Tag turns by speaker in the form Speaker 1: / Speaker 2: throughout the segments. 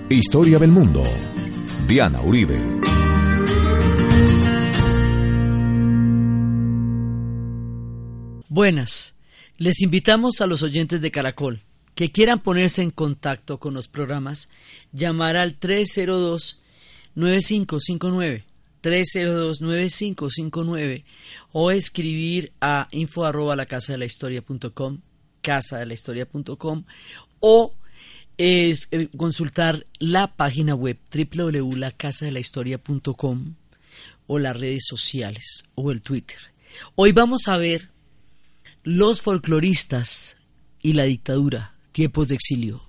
Speaker 1: Historia del mundo. Diana Uribe.
Speaker 2: Buenas. Les invitamos a los oyentes de Caracol que quieran ponerse en contacto con los programas, llamar al 302-9559, 302-9559, o escribir a info@lacasadelahistoria.com, casadelahistoria.com, o consultar la página web www.lacasadelahistoria.com, o las redes sociales o el Twitter. Hoy vamos a ver los folcloristas y la dictadura, tiempos de exilio.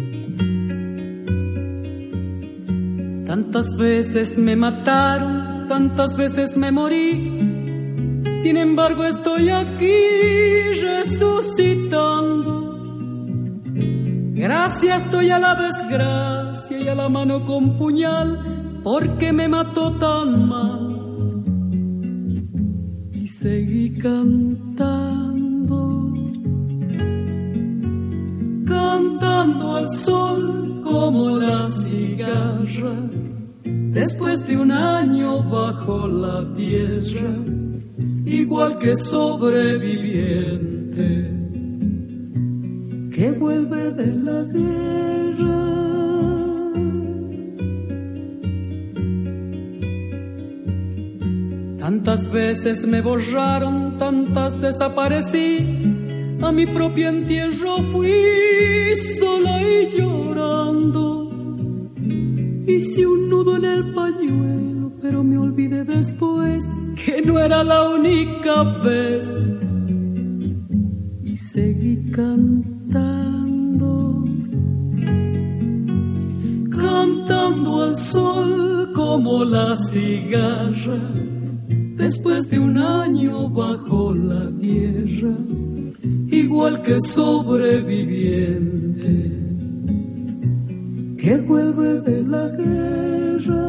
Speaker 3: Tantas veces me mataron, tantas veces me morí, sin embargo estoy aquí resucitando. Gracias doy a la desgracia y a la mano con puñal, porque me mató tan mal. Y seguí cantando, cantando al sol como la cigarra, después de un año bajo la tierra, igual que sobreviviente que vuelve de la guerra. Tantas veces me borraron, tantas desaparecí, a mi propio entierro fui sola y llorando. Hice un nudo en el pañuelo, pero me olvidé después que no era la única vez. Y seguí cantando, cantando al sol como la cigarra, después de un año bajo la tierra, igual que sobreviviente que vuelve de la guerra.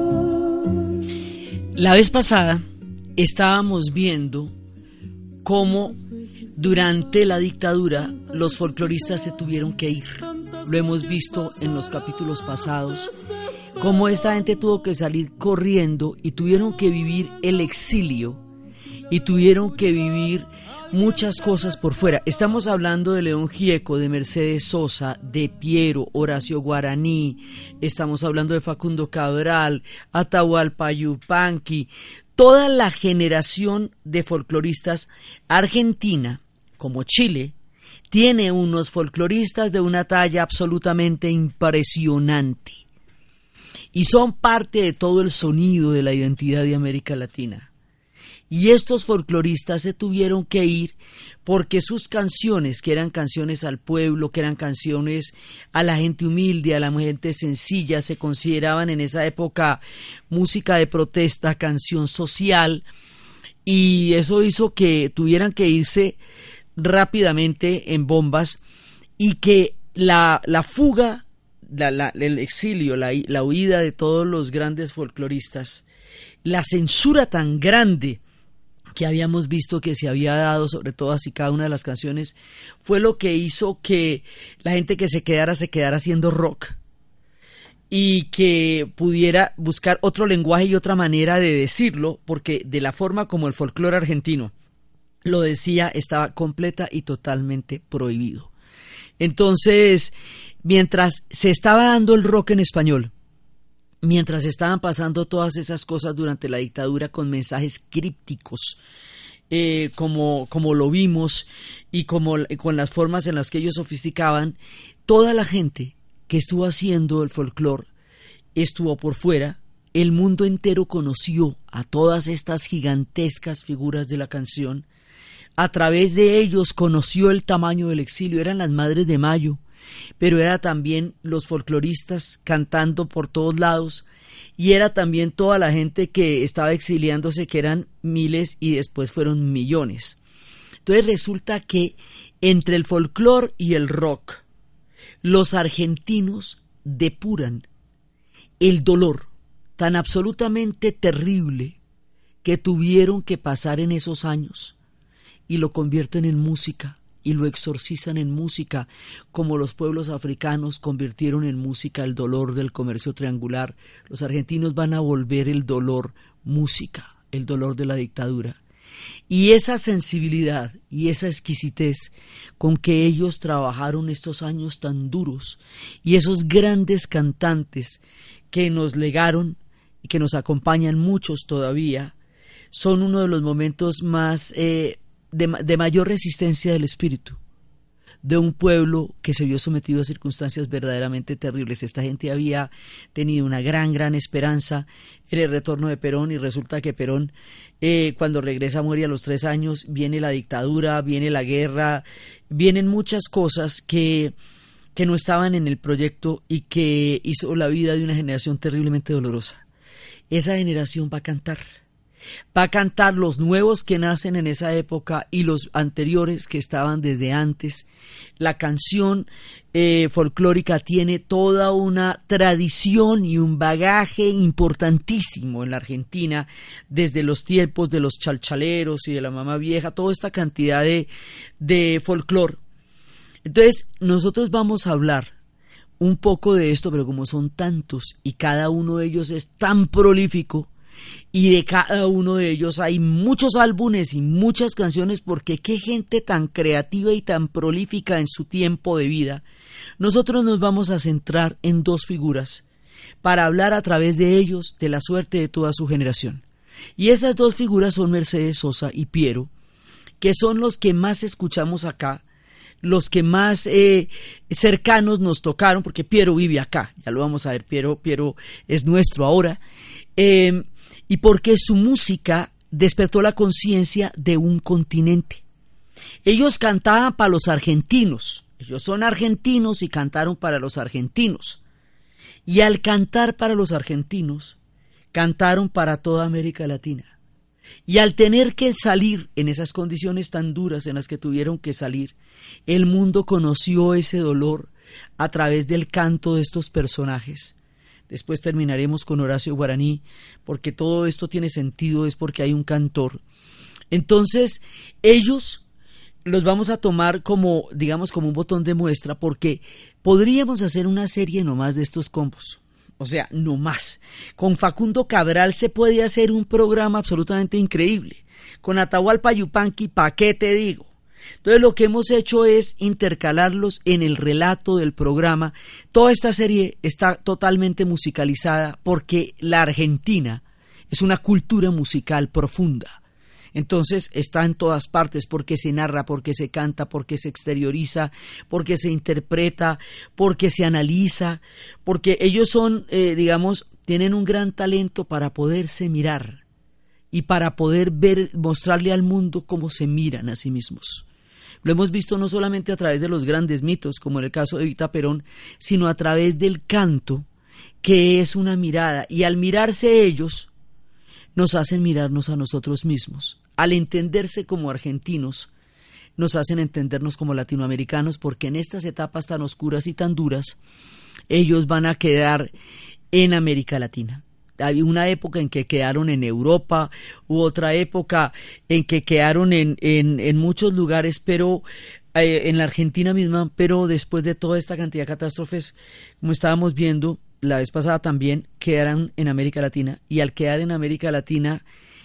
Speaker 2: La vez pasada estábamos viendo cómo durante la dictadura los folcloristas se tuvieron que ir. Lo hemos visto en los capítulos pasados, cómo esta gente tuvo que salir corriendo y tuvieron que vivir el exilio y tuvieron que vivir muchas cosas por fuera. Estamos hablando de León Gieco, de Mercedes Sosa, de Piero, Horacio Guaraní, estamos hablando de Facundo Cabral, Atahualpa Yupanqui, toda la generación de folcloristas argentina, como Chile, tiene unos folcloristas de una talla absolutamente impresionante y son parte de todo el sonido de la identidad de América Latina. Y estos folcloristas se tuvieron que ir porque sus canciones, que eran canciones al pueblo, que eran canciones a la gente humilde, a la gente sencilla, se consideraban en esa época música de protesta, canción social, y eso hizo que tuvieran que irse rápidamente en bombas y que la fuga, el exilio, la huida de todos los grandes folcloristas, la censura tan grande que habíamos visto que se había dado sobre todas y cada una de las canciones, fue lo que hizo que la gente que se quedara haciendo rock y que pudiera buscar otro lenguaje y otra manera de decirlo, porque de la forma como el folclore argentino lo decía, estaba completa y totalmente prohibido. Entonces, mientras se estaba dando el rock en español, mientras estaban pasando todas esas cosas durante la dictadura con mensajes crípticos, como lo vimos, y con las formas en las que ellos sofisticaban, toda la gente que estuvo haciendo el folclore estuvo por fuera. El mundo entero conoció a todas estas gigantescas figuras de la canción. A través de ellos conoció el tamaño del exilio. Eran las Madres de Mayo, pero era también los folcloristas cantando por todos lados, y era también toda la gente que estaba exiliándose, que eran miles y después fueron millones. Entonces resulta que entre el folclore y el rock, los argentinos depuran el dolor tan absolutamente terrible que tuvieron que pasar en esos años y lo convierten en música y lo exorcizan en música, como los pueblos africanos convirtieron en música el dolor del comercio triangular. Los argentinos van a volver el dolor música, el dolor de la dictadura. Y esa sensibilidad y esa exquisitez con que ellos trabajaron estos años tan duros, y esos grandes cantantes que nos legaron y que nos acompañan muchos todavía, son uno de los momentos más de mayor resistencia del espíritu de un pueblo que se vio sometido a circunstancias verdaderamente terribles. Esta gente había tenido una gran esperanza en el retorno de Perón, y resulta que Perón, cuando regresa, muere a los 3 años. Viene la dictadura, viene la guerra, vienen muchas cosas que no estaban en el proyecto y que hizo la vida de una generación terriblemente dolorosa. Esa generación va a cantar los nuevos que nacen en esa época y los anteriores que estaban desde antes. La canción folclórica tiene toda una tradición y un bagaje importantísimo en la Argentina, desde los tiempos de los chalchaleros y de la mamá vieja, toda esta cantidad de folclor. Entonces, nosotros vamos a hablar un poco de esto, pero como son tantos y cada uno de ellos es tan prolífico, y de cada uno de ellos hay muchos álbumes y muchas canciones, porque qué gente tan creativa y tan prolífica en su tiempo de vida. Nosotros nos vamos a centrar en 2 figuras para hablar a través de ellos de la suerte de toda su generación. Y esas 2 figuras son Mercedes Sosa y Piero, que son los que más escuchamos acá, los que más cercanos nos tocaron, porque Piero vive acá, ya lo vamos a ver. Piero es nuestro ahora, y porque su música despertó la conciencia de un continente. Ellos cantaban para los argentinos, ellos son argentinos y cantaron para los argentinos, y al cantar para los argentinos, cantaron para toda América Latina. Y al tener que salir en esas condiciones tan duras en las que tuvieron que salir, el mundo conoció ese dolor a través del canto de estos personajes. Después terminaremos con Horacio Guaraní, porque todo esto tiene sentido, es porque hay un cantor. Entonces, ellos los vamos a tomar como, digamos, como un botón de muestra, porque podríamos hacer una serie nomás de estos combos. O sea, no más. Con Facundo Cabral se puede hacer un programa absolutamente increíble. Con Atahualpa Yupanqui, ¿pa' qué te digo? Entonces lo que hemos hecho es intercalarlos en el relato del programa. Toda esta serie está totalmente musicalizada porque la Argentina es una cultura musical profunda. Entonces está en todas partes, porque se narra, porque se canta, porque se exterioriza, porque se interpreta, porque se analiza, porque ellos son, tienen un gran talento para poderse mirar y para poder ver, mostrarle al mundo cómo se miran a sí mismos. Lo hemos visto no solamente a través de los grandes mitos, como en el caso de Evita Perón, sino a través del canto, que es una mirada, y al mirarse ellos, nos hacen mirarnos a nosotros mismos. Al entenderse como argentinos, nos hacen entendernos como latinoamericanos, porque en estas etapas tan oscuras y tan duras, ellos van a quedar en América Latina. Hay una época en que quedaron en Europa, u otra época en que quedaron en muchos lugares, pero en la Argentina misma, pero después de toda esta cantidad de catástrofes, como estábamos viendo la vez pasada también, quedaron en América Latina, y al quedar en América Latina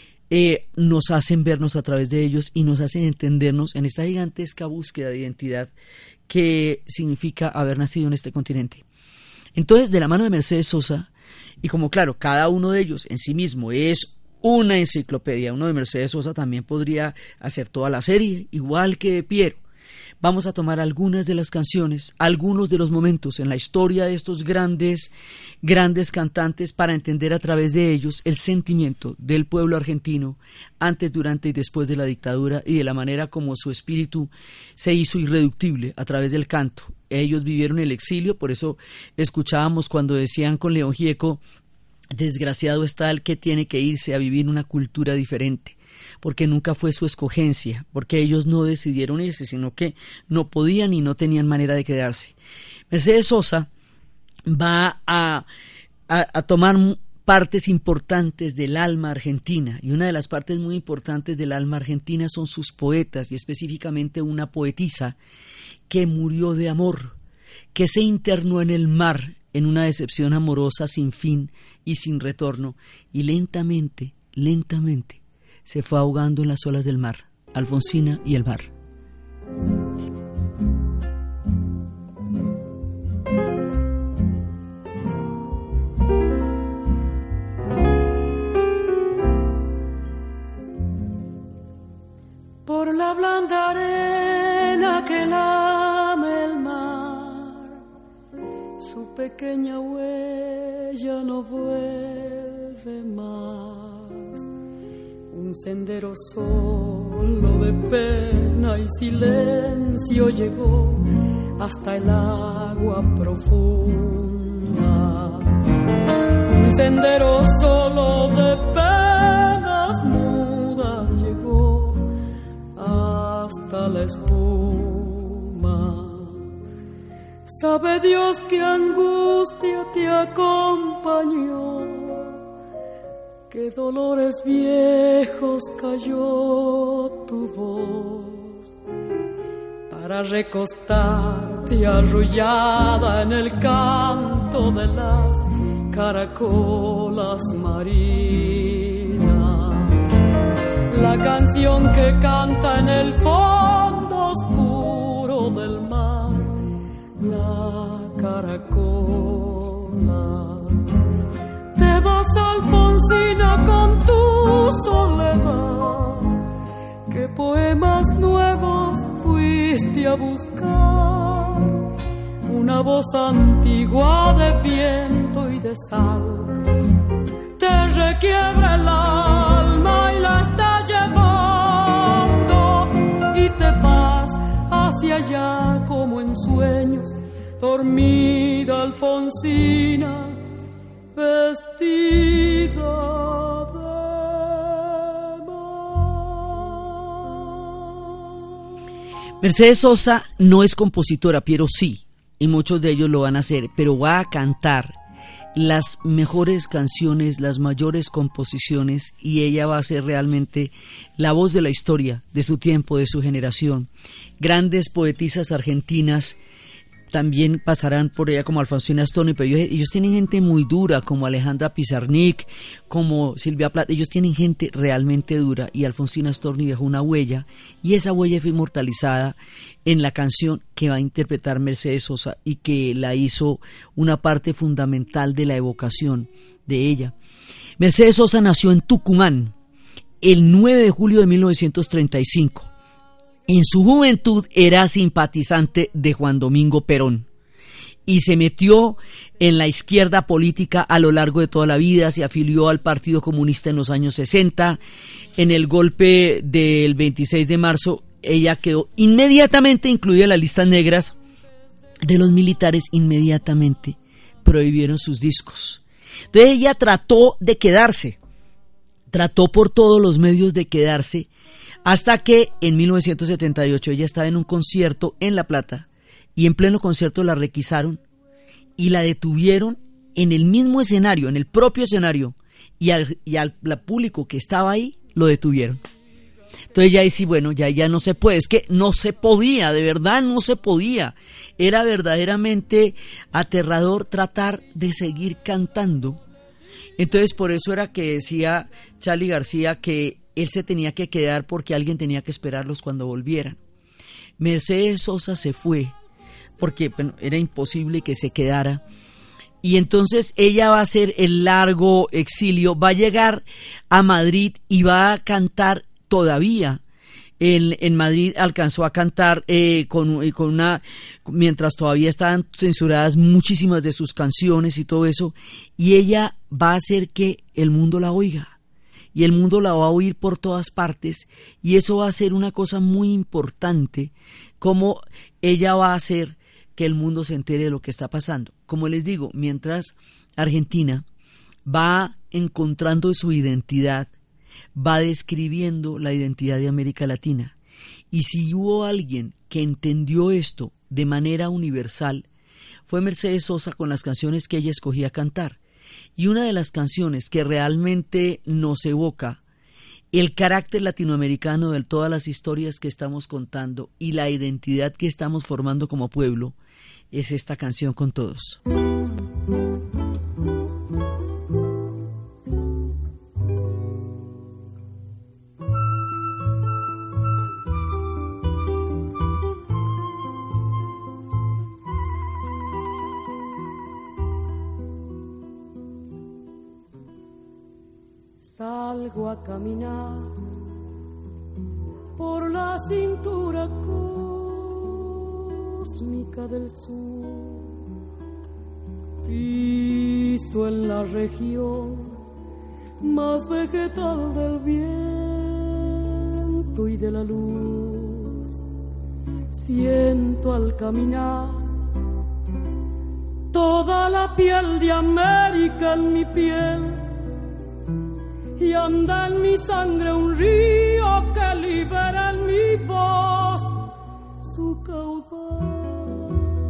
Speaker 2: nos hacen vernos a través de ellos y nos hacen entendernos en esta gigantesca búsqueda de identidad que significa haber nacido en este continente. Entonces, de la mano de Mercedes Sosa, y como claro, cada uno de ellos en sí mismo es una enciclopedia, uno de Mercedes Sosa también podría hacer toda la serie, igual que de Piero. Vamos a tomar algunas de las canciones, algunos de los momentos en la historia de estos grandes cantantes, para entender a través de ellos el sentimiento del pueblo argentino antes, durante y después de la dictadura, y de la manera como su espíritu se hizo irreductible a través del canto. Ellos vivieron el exilio, por eso escuchábamos cuando decían con León Gieco: desgraciado está el que tiene que irse a vivir una cultura diferente, porque nunca fue su escogencia, porque ellos no decidieron irse, sino que no podían y no tenían manera de quedarse. Mercedes Sosa va a tomar partes importantes del alma argentina, y una de las partes muy importantes del alma argentina son sus poetas, y específicamente una poetisa que murió de amor, que se internó en el mar en una decepción amorosa sin fin y sin retorno, y lentamente, lentamente se fue ahogando en las olas del mar. Alfonsina y el mar.
Speaker 3: Por la blanda arena que lame el mar, su pequeña huella no vuelve más. Un sendero solo de pena y silencio llegó hasta el agua profunda. Un sendero solo de penas mudas llegó hasta la espuma. Sabe Dios qué angustia te acompañó, qué dolores viejos cayó tu voz, para recostarte arrullada en el canto de las caracolas marinas. La canción que canta en el fondo oscuro del mar, la caracola. Te vas, Alfonsina, con tu soledad. ¿Qué poemas nuevos fuiste a buscar? Una voz antigua de viento y de sal te requiebra el alma y la está llevando, y te vas hacia allá como en sueños, dormida Alfonsina, vestida de mar.
Speaker 2: Mercedes Sosa no es compositora, pero sí, y muchos de ellos lo van a hacer, pero va a cantar las mejores canciones, las mayores composiciones, y ella va a ser realmente la voz de la historia, de su tiempo, de su generación. Grandes poetisas argentinas también pasarán por ella, como Alfonsina Storni, pero ellos tienen gente muy dura, como Alejandra Pizarnik, como Silvia Plath. Ellos tienen gente realmente dura, y Alfonsina Storni dejó una huella, y esa huella fue inmortalizada en la canción que va a interpretar Mercedes Sosa, y que la hizo una parte fundamental de la evocación de ella. Mercedes Sosa nació en Tucumán el 9 de julio de 1935. En su juventud era simpatizante de Juan Domingo Perón y se metió en la izquierda política a lo largo de toda la vida. Se afilió al Partido Comunista en los años 60. En el golpe del 26 de marzo, ella quedó inmediatamente incluida en las listas negras de los militares. Inmediatamente prohibieron sus discos. Entonces ella trató de quedarse, trató por todos los medios de quedarse, hasta que en 1978 ella estaba en un concierto en La Plata, y en pleno concierto la requisaron y la detuvieron en el mismo escenario, en el propio escenario, y al público que estaba ahí lo detuvieron. Entonces ya dice, bueno, ya no se puede, es que no se podía, de verdad no se podía. Era verdaderamente aterrador tratar de seguir cantando. Entonces por eso era que decía Charly García que él se tenía que quedar porque alguien tenía que esperarlos cuando volvieran. Mercedes Sosa se fue porque era imposible que se quedara, y entonces ella va a hacer el largo exilio, va a llegar a Madrid y va a cantar todavía. En Madrid alcanzó a cantar mientras todavía estaban censuradas muchísimas de sus canciones y todo eso, y ella va a hacer que el mundo la oiga. Y el mundo la va a oír por todas partes, y eso va a ser una cosa muy importante, como ella va a hacer que el mundo se entere de lo que está pasando. Como les digo, mientras Argentina va encontrando su identidad, va describiendo la identidad de América Latina. Y si hubo alguien que entendió esto de manera universal, fue Mercedes Sosa con las canciones que ella escogía cantar. Y una de las canciones que realmente nos evoca el carácter latinoamericano de todas las historias que estamos contando y la identidad que estamos formando como pueblo es esta canción Con Todos.
Speaker 3: Salgo a caminar por la cintura cósmica del sur, piso en la región más vegetal del viento y de la luz. Siento al caminar toda la piel de América en mi piel, y anda en mi sangre un río que libera en mi voz su caudal.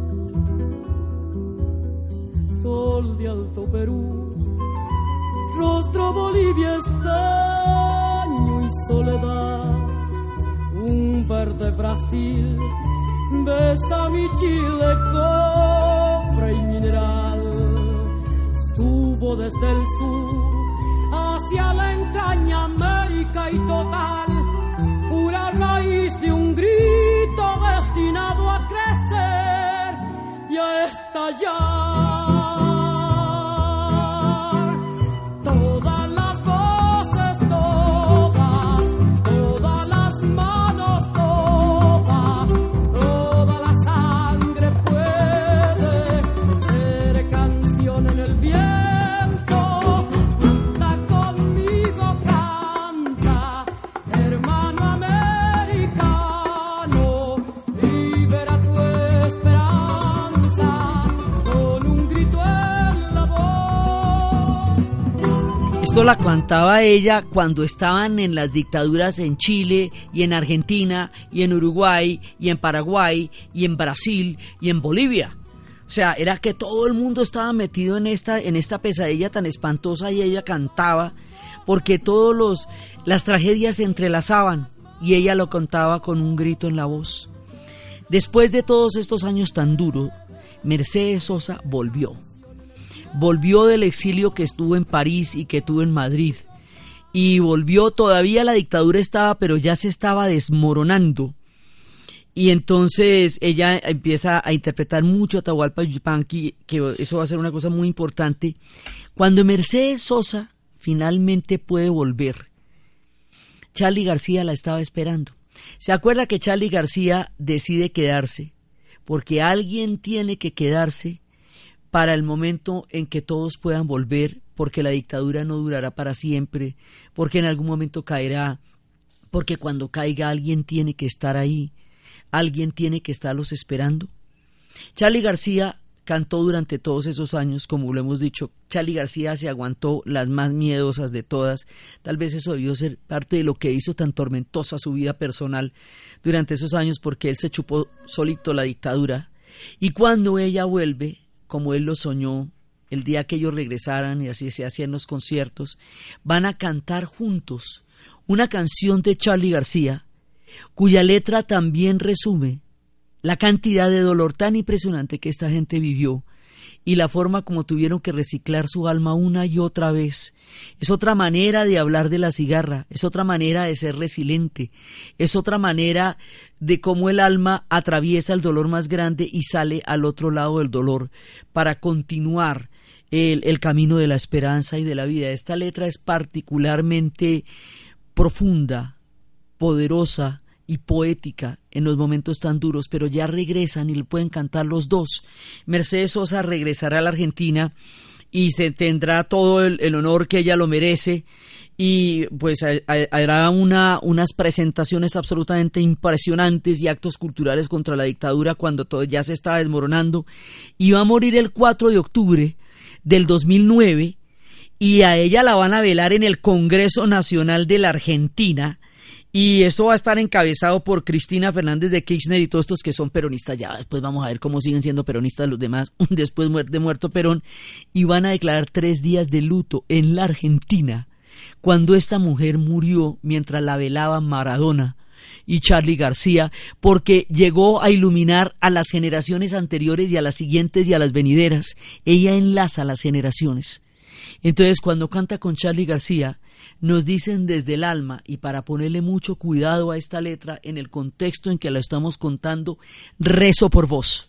Speaker 3: Sol de Alto Perú, rostro Bolivia, estaño y soledad. Un verde Brasil besa mi Chile, cobre y mineral. Estuvo desde el sur hacia la entraña América y total, pura raíz de un grito destinado a crecer y a estallar. Todas las voces, todas las manos, toda la sangre puede ser canción en el viento.
Speaker 2: Esto la cantaba ella cuando estaban en las dictaduras en Chile y en Argentina y en Uruguay y en Paraguay y en Brasil y en Bolivia. O sea, era que todo el mundo estaba metido en esta pesadilla tan espantosa y ella cantaba porque las tragedias se entrelazaban y ella lo contaba con un grito en la voz. Después de todos estos años tan duros, Mercedes Sosa volvió del exilio que estuvo en París y que tuvo en Madrid, y volvió, todavía la dictadura estaba, pero ya se estaba desmoronando, y entonces ella empieza a interpretar mucho Atahualpa Yupanqui, que eso va a ser una cosa muy importante. Cuando Mercedes Sosa finalmente puede volver, Charly García la estaba esperando. ¿Se acuerda que Charly García decide quedarse? Porque alguien tiene que quedarse para el momento en que todos puedan volver, porque la dictadura no durará para siempre, porque en algún momento caerá, porque cuando caiga alguien tiene que estar ahí, alguien tiene que estarlos esperando. Charly García cantó durante todos esos años, como lo hemos dicho. Charly García se aguantó las más miedosas de todas. Tal vez eso debió ser parte de lo que hizo tan tormentosa su vida personal durante esos años, porque él se chupó solito la dictadura. Y cuando ella vuelve, como él lo soñó, el día que ellos regresaran, y así se hacían los conciertos, van a cantar juntos una canción de Charly García, cuya letra también resume la cantidad de dolor tan impresionante que esta gente vivió y la forma como tuvieron que reciclar su alma una y otra vez. Es otra manera de hablar de la cigarra, es otra manera de ser resiliente, es otra manera de cómo el alma atraviesa el dolor más grande y sale al otro lado del dolor para continuar el camino de la esperanza y de la vida. Esta letra es particularmente profunda, poderosa y poética en los momentos tan duros, pero ya regresan y le pueden cantar los dos. Mercedes Sosa regresará a la Argentina y se tendrá todo el honor que ella lo merece, y pues hará unas presentaciones absolutamente impresionantes y actos culturales contra la dictadura cuando todo ya se está desmoronando, y va a morir el 4 de octubre del 2009, y a ella la van a velar en el Congreso Nacional de la Argentina. Y esto va a estar encabezado por Cristina Fernández de Kirchner y todos estos que son peronistas ya. Después vamos a ver cómo siguen siendo peronistas los demás después de muerto Perón. Y van a declarar 3 días de luto en la Argentina cuando esta mujer murió mientras la velaban Maradona y Charly García, porque llegó a iluminar a las generaciones anteriores y a las siguientes y a las venideras. Ella enlaza las generaciones. Entonces, cuando canta con Charly García, nos dicen desde el alma, y para ponerle mucho cuidado a esta letra en el contexto en que la estamos contando, rezo por vos.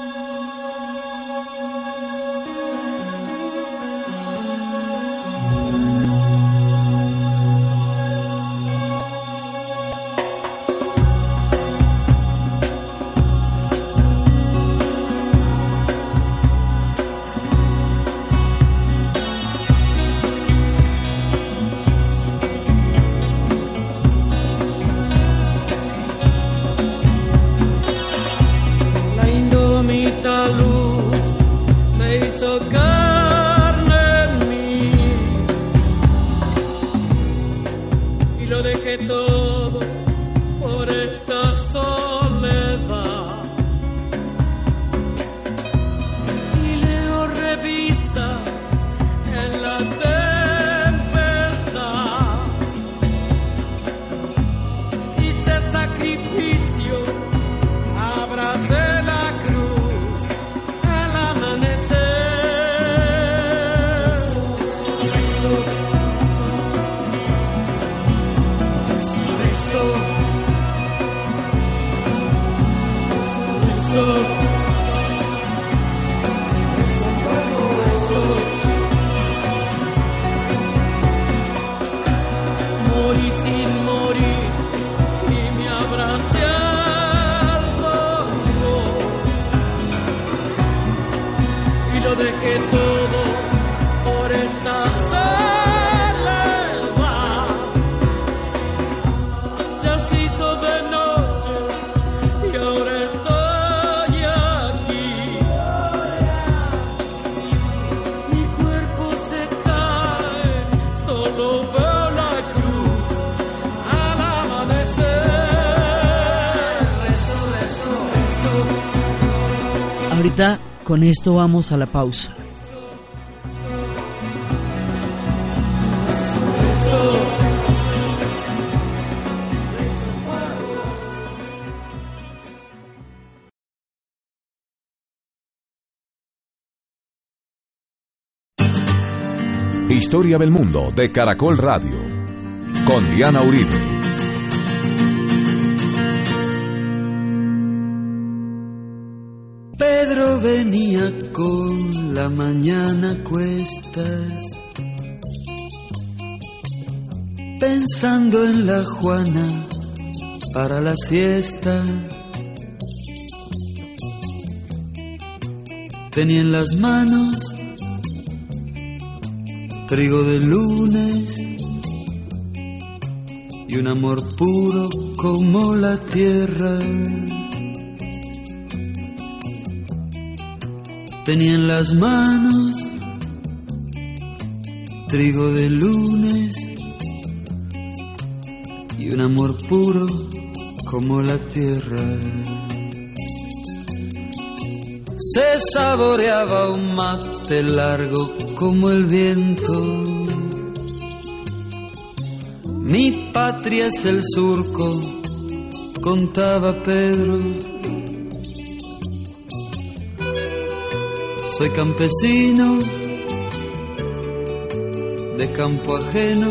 Speaker 2: Ahorita con esto vamos a la pausa.
Speaker 1: Historia del Mundo de Caracol Radio con Diana Uribe.
Speaker 4: Pedro venía con la mañana a cuestas, pensando en la Juana para la siesta. Tenía en las manos trigo de lunes y un amor puro como la tierra. Tenía en las manos trigo de lunes y un amor puro como la tierra. Se saboreaba un mate largo como el viento. Mi patria es el surco, contaba Pedro. Soy campesino de campo ajeno.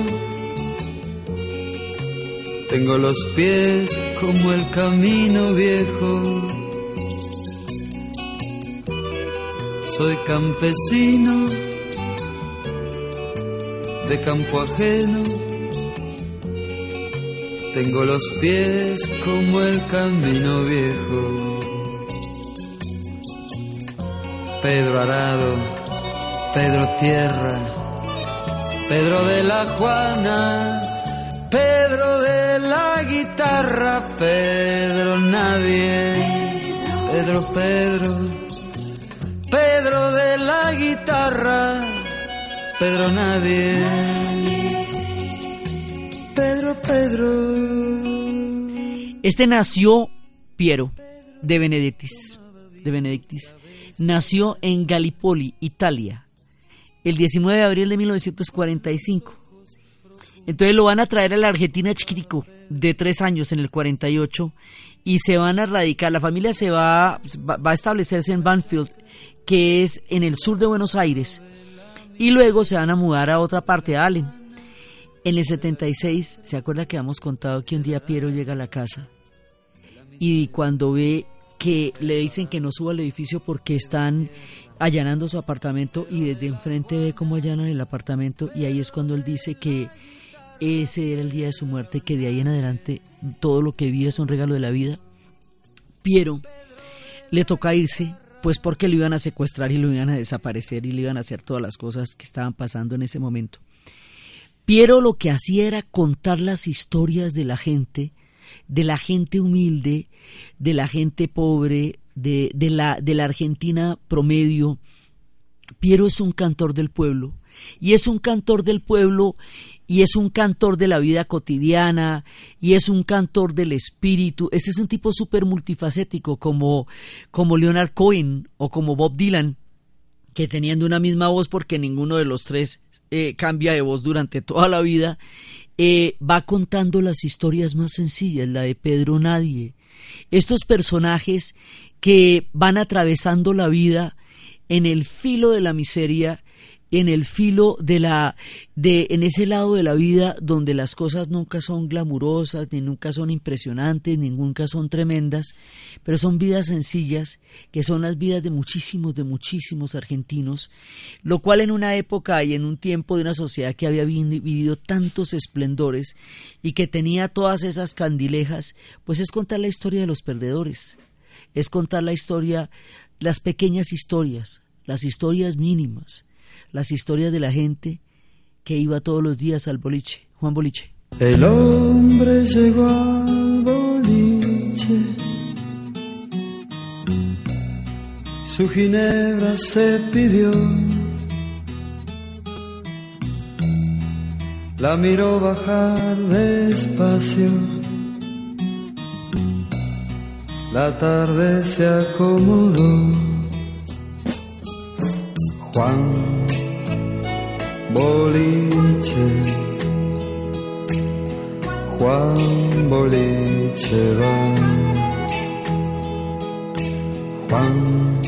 Speaker 4: Tengo los pies como el camino viejo. Soy campesino de campo ajeno. Tengo los pies como el camino viejo. Pedro Arado, Pedro Tierra, Pedro de la Juana, Pedro de la guitarra, Pedro nadie, Pedro, Pedro, Pedro de la guitarra, Pedro nadie, Pedro, Pedro.
Speaker 2: Nació Piero de Benedictis. Nació en Gallipoli, Italia, el 19 de abril de 1945. Entonces lo van a traer a la Argentina chiquitico, de 3 años, en el 48, y se van a radicar. La familia se va a establecerse en Banfield, que es en el sur de Buenos Aires, y luego se van a mudar a otra parte, a Allen. En el 76, ¿se acuerda que habíamos contado que un día Piero llega a la casa y cuando ve que le dicen que no suba al edificio porque están allanando su apartamento, y desde enfrente ve cómo allanan el apartamento, y ahí es cuando él dice que ese era el día de su muerte, que de ahí en adelante todo lo que vive es un regalo de la vida? Piero le toca irse, pues porque lo iban a secuestrar y lo iban a desaparecer y le iban a hacer todas las cosas que estaban pasando en ese momento. Piero lo que hacía era contar las historias de la gente humilde, de la gente pobre, de la Argentina promedio. Piero es un cantor del pueblo, y es un cantor del pueblo, y es un cantor de la vida cotidiana, y es un cantor del espíritu. Este es un tipo súper multifacético, como Leonard Cohen o como Bob Dylan, que teniendo una misma voz, porque ninguno de los tres cambia de voz durante toda la vida, va contando las historias más sencillas, la de Pedro Nadie. Estos personajes que van atravesando la vida en el filo de la miseria, en el filo en ese lado de la vida donde las cosas nunca son glamurosas, ni nunca son impresionantes, ni nunca son tremendas, pero son vidas sencillas, que son las vidas de muchísimos argentinos, lo cual en una época y en un tiempo de una sociedad que había vivido tantos esplendores y que tenía todas esas candilejas, pues es contar la historia de los perdedores, es contar la historia, las pequeñas historias, las historias mínimas, las historias de la gente que iba todos los días al boliche. Juan Boliche.
Speaker 4: El hombre llegó al boliche, su ginebra se pidió, la miró bajar despacio, la tarde se acomodó. Juan Boliche, Juan Boliche va, Juan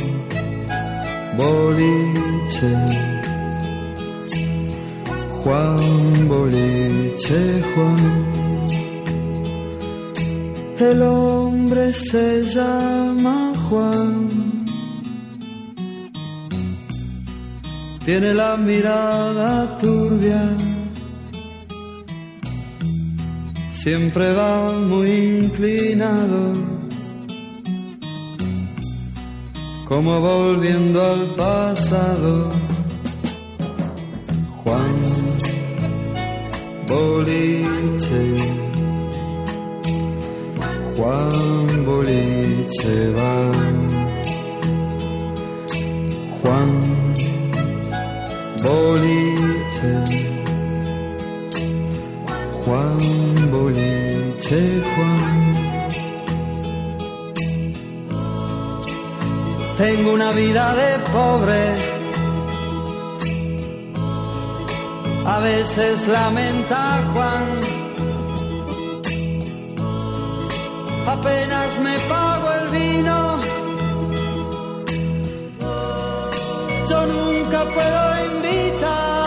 Speaker 4: Boliche, Juan Boliche, Juan. El hombre se llama Juan, tiene la mirada turbia, siempre va muy inclinado, como volviendo al pasado. Juan Boliche, Juan Boliche va, Juan Boliche, Juan Boliche, Juan. Tengo una vida de pobre, a veces lamenta Juan, apenas me pago el vino, yo nunca puedo invitar,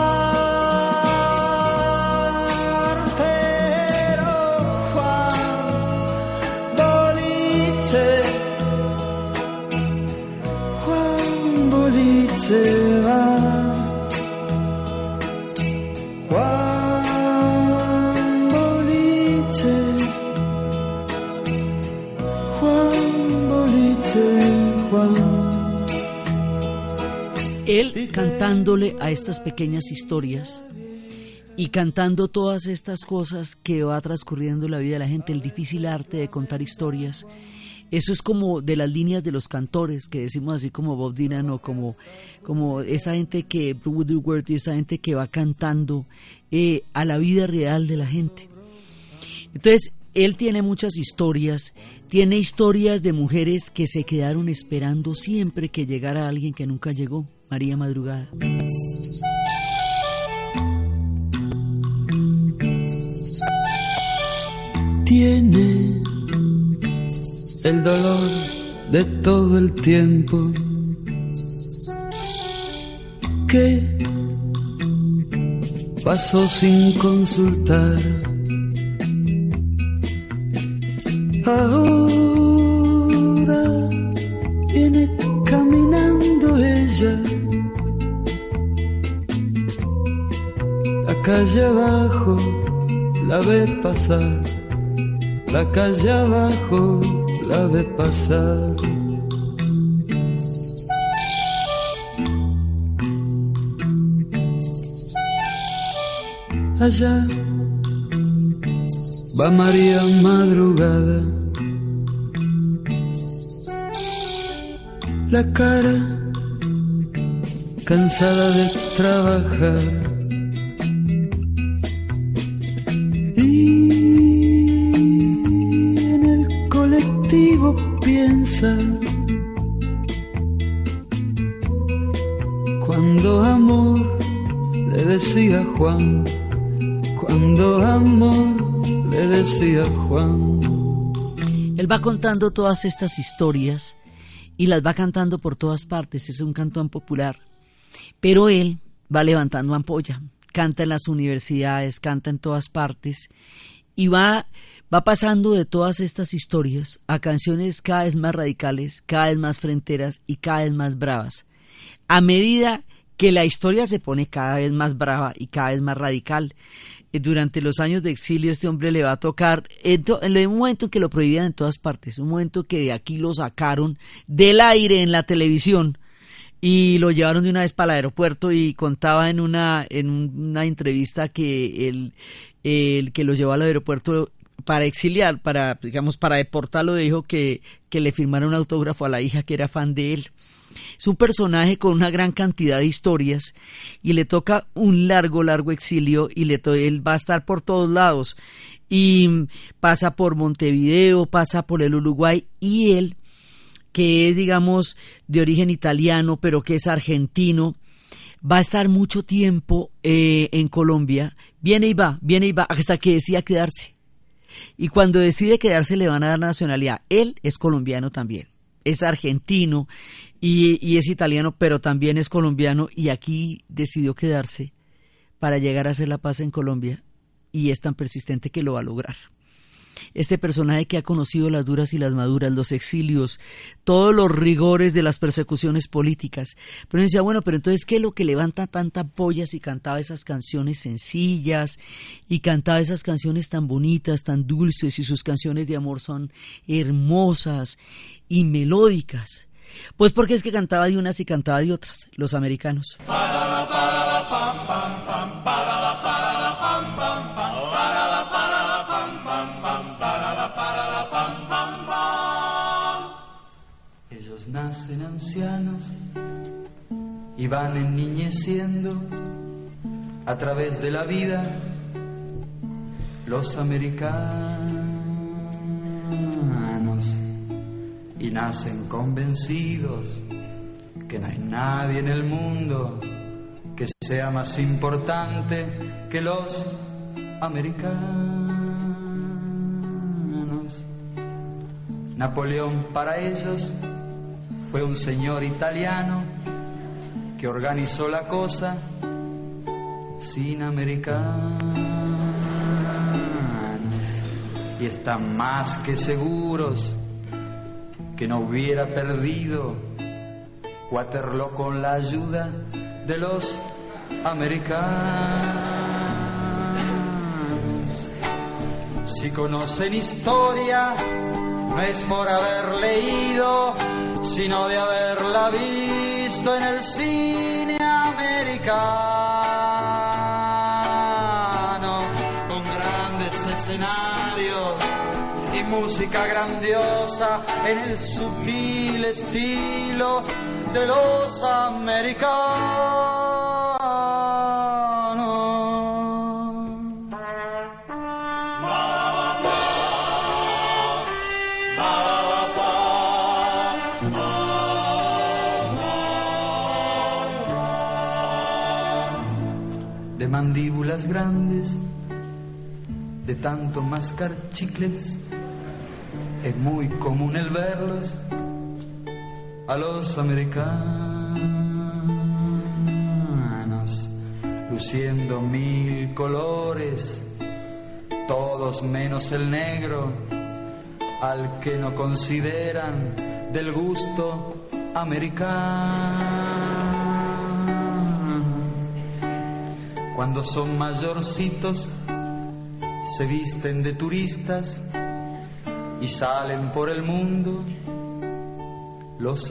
Speaker 4: pero Juan Boliche, Juan Boliche va, Juan Boliche, Juan Boliche, Juan.
Speaker 2: Él cantándole a estas pequeñas historias y cantando todas estas cosas que va transcurriendo la vida de la gente, el difícil arte de contar historias. Eso es como de las líneas de los cantores, que decimos así como Bob Dylan o como esa gente que, Woodward, y esa gente que va cantando a la vida real de la gente. Entonces, él tiene muchas historias, tiene historias de mujeres que se quedaron esperando siempre que llegara alguien que nunca llegó, María Madrugada.
Speaker 4: Tiene el dolor de todo el tiempo que pasó sin consultar. Ahora viene caminando ella, la calle abajo la ve pasar, la calle abajo la ve pasar. Allá va María Madrugada, la cara cansada de trabajar, y en el colectivo piensa cuando amor le decía Juan. Cuando amor le decía Juan.
Speaker 2: Él va contando todas estas historias y las va cantando por todas partes, es un cantón popular. Pero él va levantando ampolla, canta en las universidades, canta en todas partes y va pasando de todas estas historias a canciones cada vez más radicales, cada vez más fronteras y cada vez más bravas. A medida que la historia se pone cada vez más brava y cada vez más radical, durante los años de exilio este hombre le va a tocar, en un momento en que lo prohibían en todas partes, un momento que de aquí lo sacaron del aire en la televisión y lo llevaron de una vez para el aeropuerto, y contaba en una entrevista que el que lo llevó al aeropuerto para exiliar, para deportarlo, dijo que le firmara un autógrafo a la hija que era fan de él. Es un personaje con una gran cantidad de historias y le toca un largo exilio y él va a estar por todos lados y pasa por Montevideo, pasa por el Uruguay, y él, que es digamos de origen italiano pero que es argentino, va a estar mucho tiempo en Colombia, viene y va hasta que decida quedarse, y cuando decide quedarse le van a dar nacionalidad. Él es colombiano también, es argentino y es italiano, pero también es colombiano, y aquí decidió quedarse para llegar a hacer la paz en Colombia, y es tan persistente que lo va a lograr. Este personaje que ha conocido las duras y las maduras, los exilios, todos los rigores de las persecuciones políticas, pero decía, bueno, pero entonces ¿qué es lo que levanta tanta polla si cantaba esas canciones sencillas y cantaba esas canciones tan bonitas, tan dulces, y sus canciones de amor son hermosas y melódicas? Pues porque es que cantaba de unas y cantaba de otras, los americanos.
Speaker 4: Ellos nacen ancianos y van enniñeciendo a través de la vida, los americanos, y nacen convencidos que no hay nadie en el mundo que sea más importante que los americanos. Napoleón para ellos fue un señor italiano que organizó la cosa sin americanos, y están más que seguros que no hubiera perdido Waterloo con la ayuda de los americanos. Si conocen historia, no es por haber leído, sino de haberla visto en el cine americano, con grandes escenarios y música grandiosa en el sutil estilo de los americanos. de mandíbulas grandes, de tanto mascar chicles, es muy común el verlos a los americanos, luciendo 1000 colores, todos menos el negro, al que no consideran del gusto americano. Cuando son mayorcitos, se visten de turistas y salen por el mundo los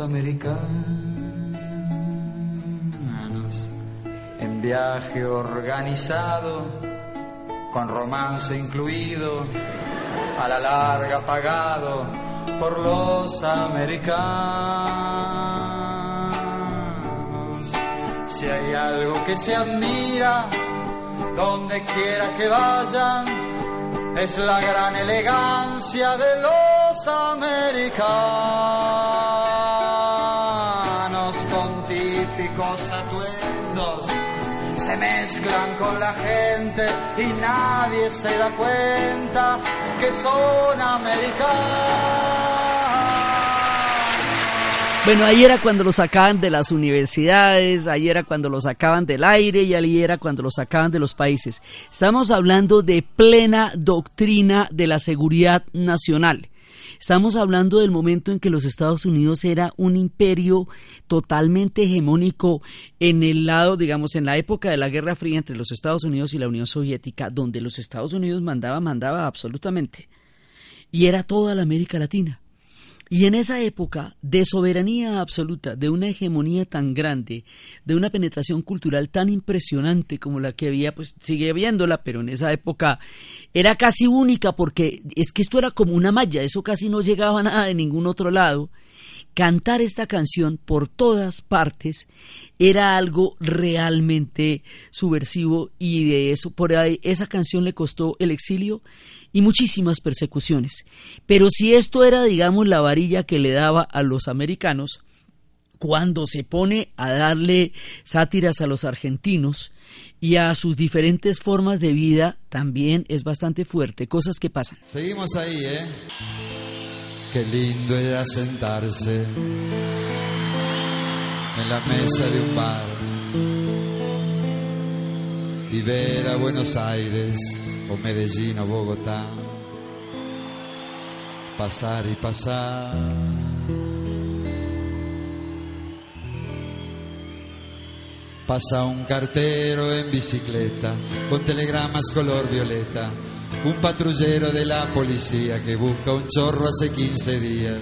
Speaker 4: americanos en viaje organizado, con romance incluido, a la larga pagado por los americanos. Si hay algo que se admira donde quiera que vayan, es la gran elegancia de los americanos, con típicos atuendos se mezclan con la gente y nadie se da cuenta que son americanos.
Speaker 2: Bueno, ahí era cuando los sacaban de las universidades, ahí era cuando los sacaban del aire y ahí era cuando los sacaban de los países. Estamos hablando de plena doctrina de la seguridad nacional. Estamos hablando del momento en que los Estados Unidos era un imperio totalmente hegemónico en el lado, digamos, en la época de la Guerra Fría entre los Estados Unidos y la Unión Soviética, donde los Estados Unidos mandaba absolutamente. Y era toda la América Latina. Y en esa época de soberanía absoluta, de una hegemonía tan grande, de una penetración cultural tan impresionante como la que había, pues sigue habiéndola, pero en esa época era casi única, porque es que esto era como una malla, eso casi no llegaba a nada de ningún otro lado. Cantar esta canción por todas partes era algo realmente subversivo, y de eso, por ahí, esa canción le costó el exilio y muchísimas persecuciones. Pero si esto era, digamos, la varilla que le daba a los americanos, cuando se pone a darle sátiras a los argentinos y a sus diferentes formas de vida, también es bastante fuerte, cosas que pasan.
Speaker 5: Seguimos ahí, ¿eh? Qué lindo era sentarse en la mesa de un bar y ver a Buenos Aires o Medellín o Bogotá pasar y pasar. Pasa un cartero en bicicleta con telegramas color violeta, un patrullero de la policía que busca un chorro hace 15 días.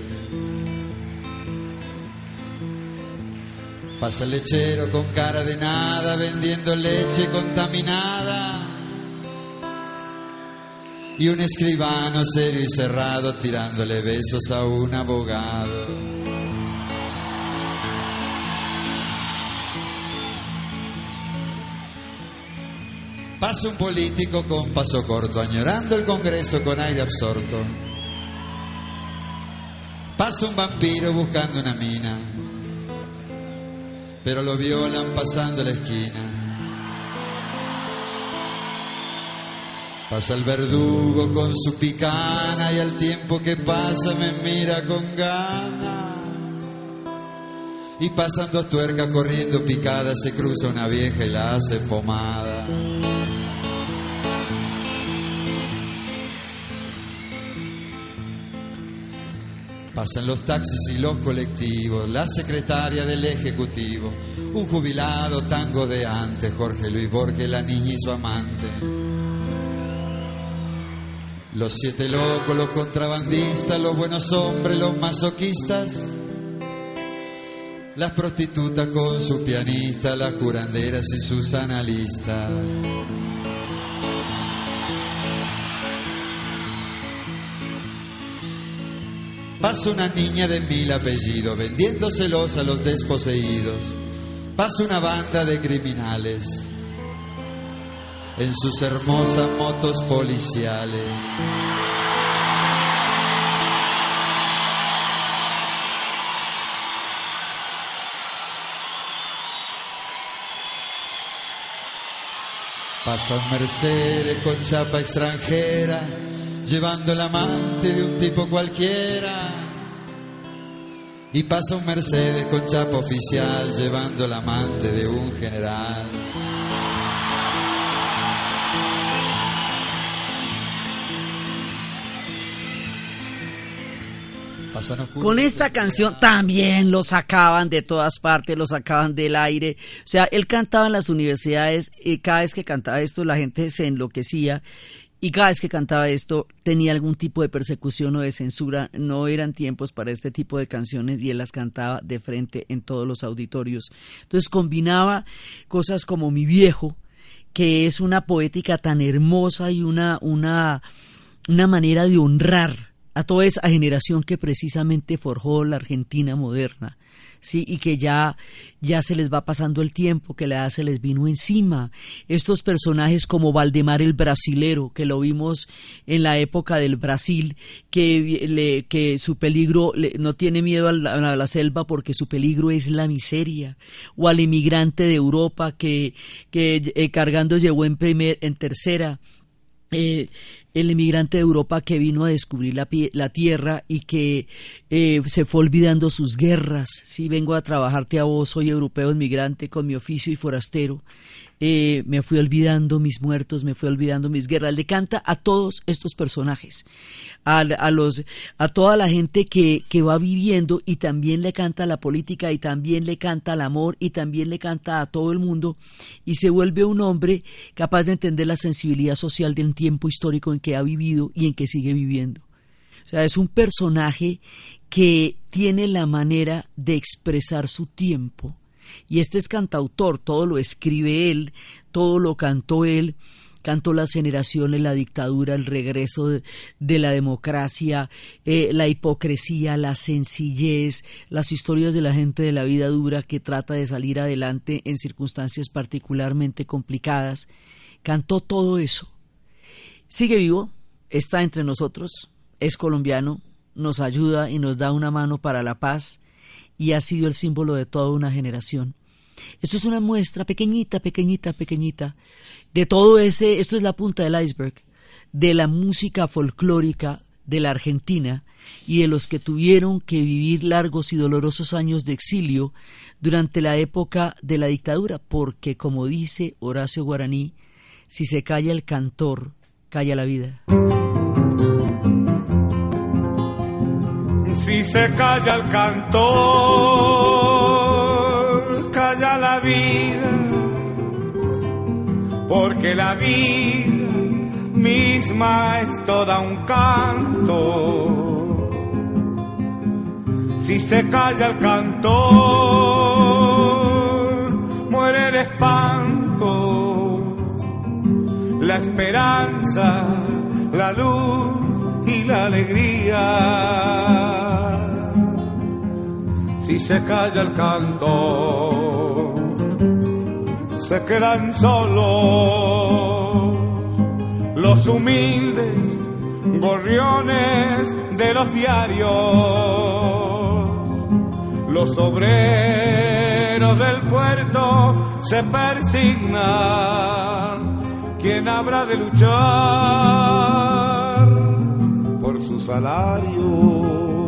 Speaker 5: Pasa el lechero con cara de nada vendiendo leche contaminada, y un escribano serio y cerrado tirándole besos a un abogado. Pasa un político con paso corto, añorando el Congreso con aire absorto. Pasa un vampiro buscando una mina, pero lo violan pasando la esquina. Pasa el verdugo con su picana y al tiempo que pasa me mira con ganas. Y pasan dos tuercas corriendo picadas, se cruza una vieja y la hace pomada. Pasan los taxis y los colectivos, la secretaria del ejecutivo, un jubilado tango de antes, Jorge Luis Borges, la niña y su amante. Los 7 locos, los contrabandistas, los buenos hombres, los masoquistas, las prostitutas con su pianista, las curanderas y sus analistas. Pasa una niña de 1000 apellidos vendiéndoselos a los desposeídos. Pasa una banda de criminales en sus hermosas motos policiales. Pasa un Mercedes con chapa extranjera, llevando el amante de un tipo cualquiera. Y pasa un Mercedes con chapa oficial, llevando el amante de un general.
Speaker 2: Con esta canción también lo sacaban de todas partes, lo sacaban del aire. O sea, él cantaba en las universidades y cada vez que cantaba esto la gente se enloquecía. Y cada vez que cantaba esto tenía algún tipo de persecución o de censura. No eran tiempos para este tipo de canciones y él las cantaba de frente en todos los auditorios. Entonces combinaba cosas como Mi Viejo, que es una poética tan hermosa y una manera de honrar a toda esa generación que precisamente forjó la Argentina moderna, ¿sí? Y que ya se les va pasando el tiempo, que la edad se les vino encima. Estos personajes como Valdemar el Brasilero, que lo vimos en la época del Brasil, que su peligro, no tiene miedo a la selva porque su peligro es la miseria, o al emigrante de Europa que cargando llegó en tercera, el emigrante de Europa que vino a descubrir la tierra y que se fue olvidando sus guerras. Sí, vengo a trabajarte a vos, soy europeo inmigrante con mi oficio y forastero. Me fui olvidando mis muertos, me fui olvidando mis guerras. Le canta a todos estos personajes, a toda la gente que va viviendo, y también le canta a la política, y también le canta al amor, y también le canta a todo el mundo, y se vuelve un hombre capaz de entender la sensibilidad social del tiempo histórico en que ha vivido y en que sigue viviendo. O sea, es un personaje que tiene la manera de expresar su tiempo. Y este es cantautor, todo lo escribe él, todo lo cantó él, cantó las generaciones, la dictadura, el regreso de la democracia, la hipocresía, la sencillez, las historias de la gente de la vida dura que trata de salir adelante en circunstancias particularmente complicadas. Cantó todo eso. Sigue vivo, está entre nosotros, es colombiano, nos ayuda y nos da una mano para la paz, y ha sido el símbolo de toda una generación. Esto es una muestra pequeñita de todo ese, esto es la punta del iceberg, de la música folclórica de la Argentina y de los que tuvieron que vivir largos y dolorosos años de exilio durante la época de la dictadura, porque como dice Horacio Guaraní, si se calla el cantor, calla la vida.
Speaker 6: Si se calla el cantor, calla la vida, porque la vida misma es toda un canto. Si se calla el cantor, muere el espanto, la esperanza, la luz y la alegría. Si se calla el canto, se quedan solos los humildes gorriones de los diarios, los obreros del puerto se persignan. ¿Quién habrá de luchar por su salario?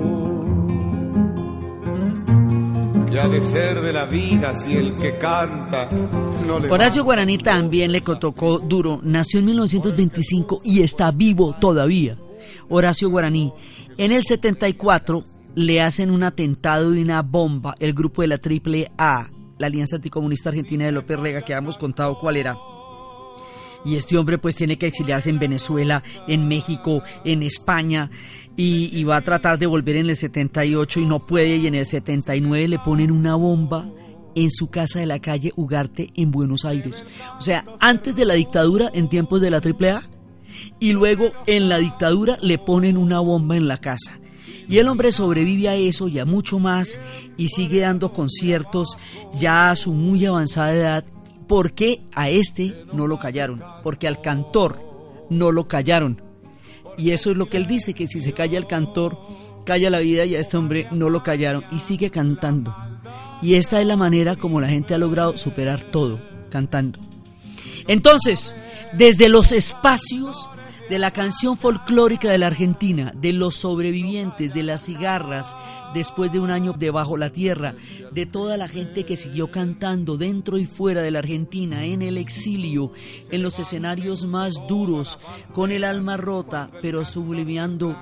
Speaker 6: ¿Qué ha de ser de la vida si el que canta no le...
Speaker 2: Horacio Guaraní también le tocó duro. Nació en 1925 y está vivo todavía. Horacio Guaraní. En el 74 le hacen un atentado de una bomba el grupo de la AAA, la Alianza Anticomunista Argentina de López Rega, que habíamos contado cuál era. Y este hombre pues tiene que exiliarse en Venezuela, en México, en España, y va a tratar de volver en el 78 y no puede, y en el 79 le ponen una bomba en su casa de la calle Ugarte en Buenos Aires. O sea, antes de la dictadura, en tiempos de la AAA, y luego en la dictadura le ponen una bomba en la casa. Y el hombre sobrevive a eso y a mucho más, y sigue dando conciertos ya a su muy avanzada edad. ¿Por qué a este no lo callaron? Porque al cantor no lo callaron. Y eso es lo que él dice, que si se calla el cantor, calla la vida, y a este hombre no lo callaron y sigue cantando. Y esta es la manera como la gente ha logrado superar todo, cantando. Entonces, desde los espacios de la canción folclórica de la Argentina, de los sobrevivientes, de las cigarras, después de un año debajo la tierra, de toda la gente que siguió cantando dentro y fuera de la Argentina, en el exilio, en los escenarios más duros, con el alma rota, pero sublimando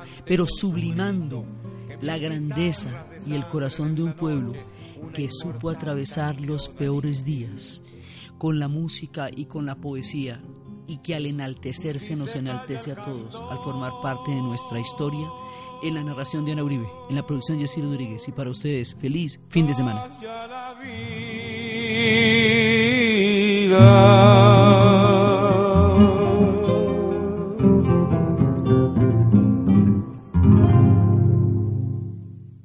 Speaker 2: la grandeza y el corazón de un pueblo que supo atravesar los peores días con la música y con la poesía, y que al enaltecerse nos enaltece a todos, al formar parte de nuestra historia. En la narración de Ana Uribe, en la producción de Yesiro Rodríguez, y para ustedes, feliz fin de semana.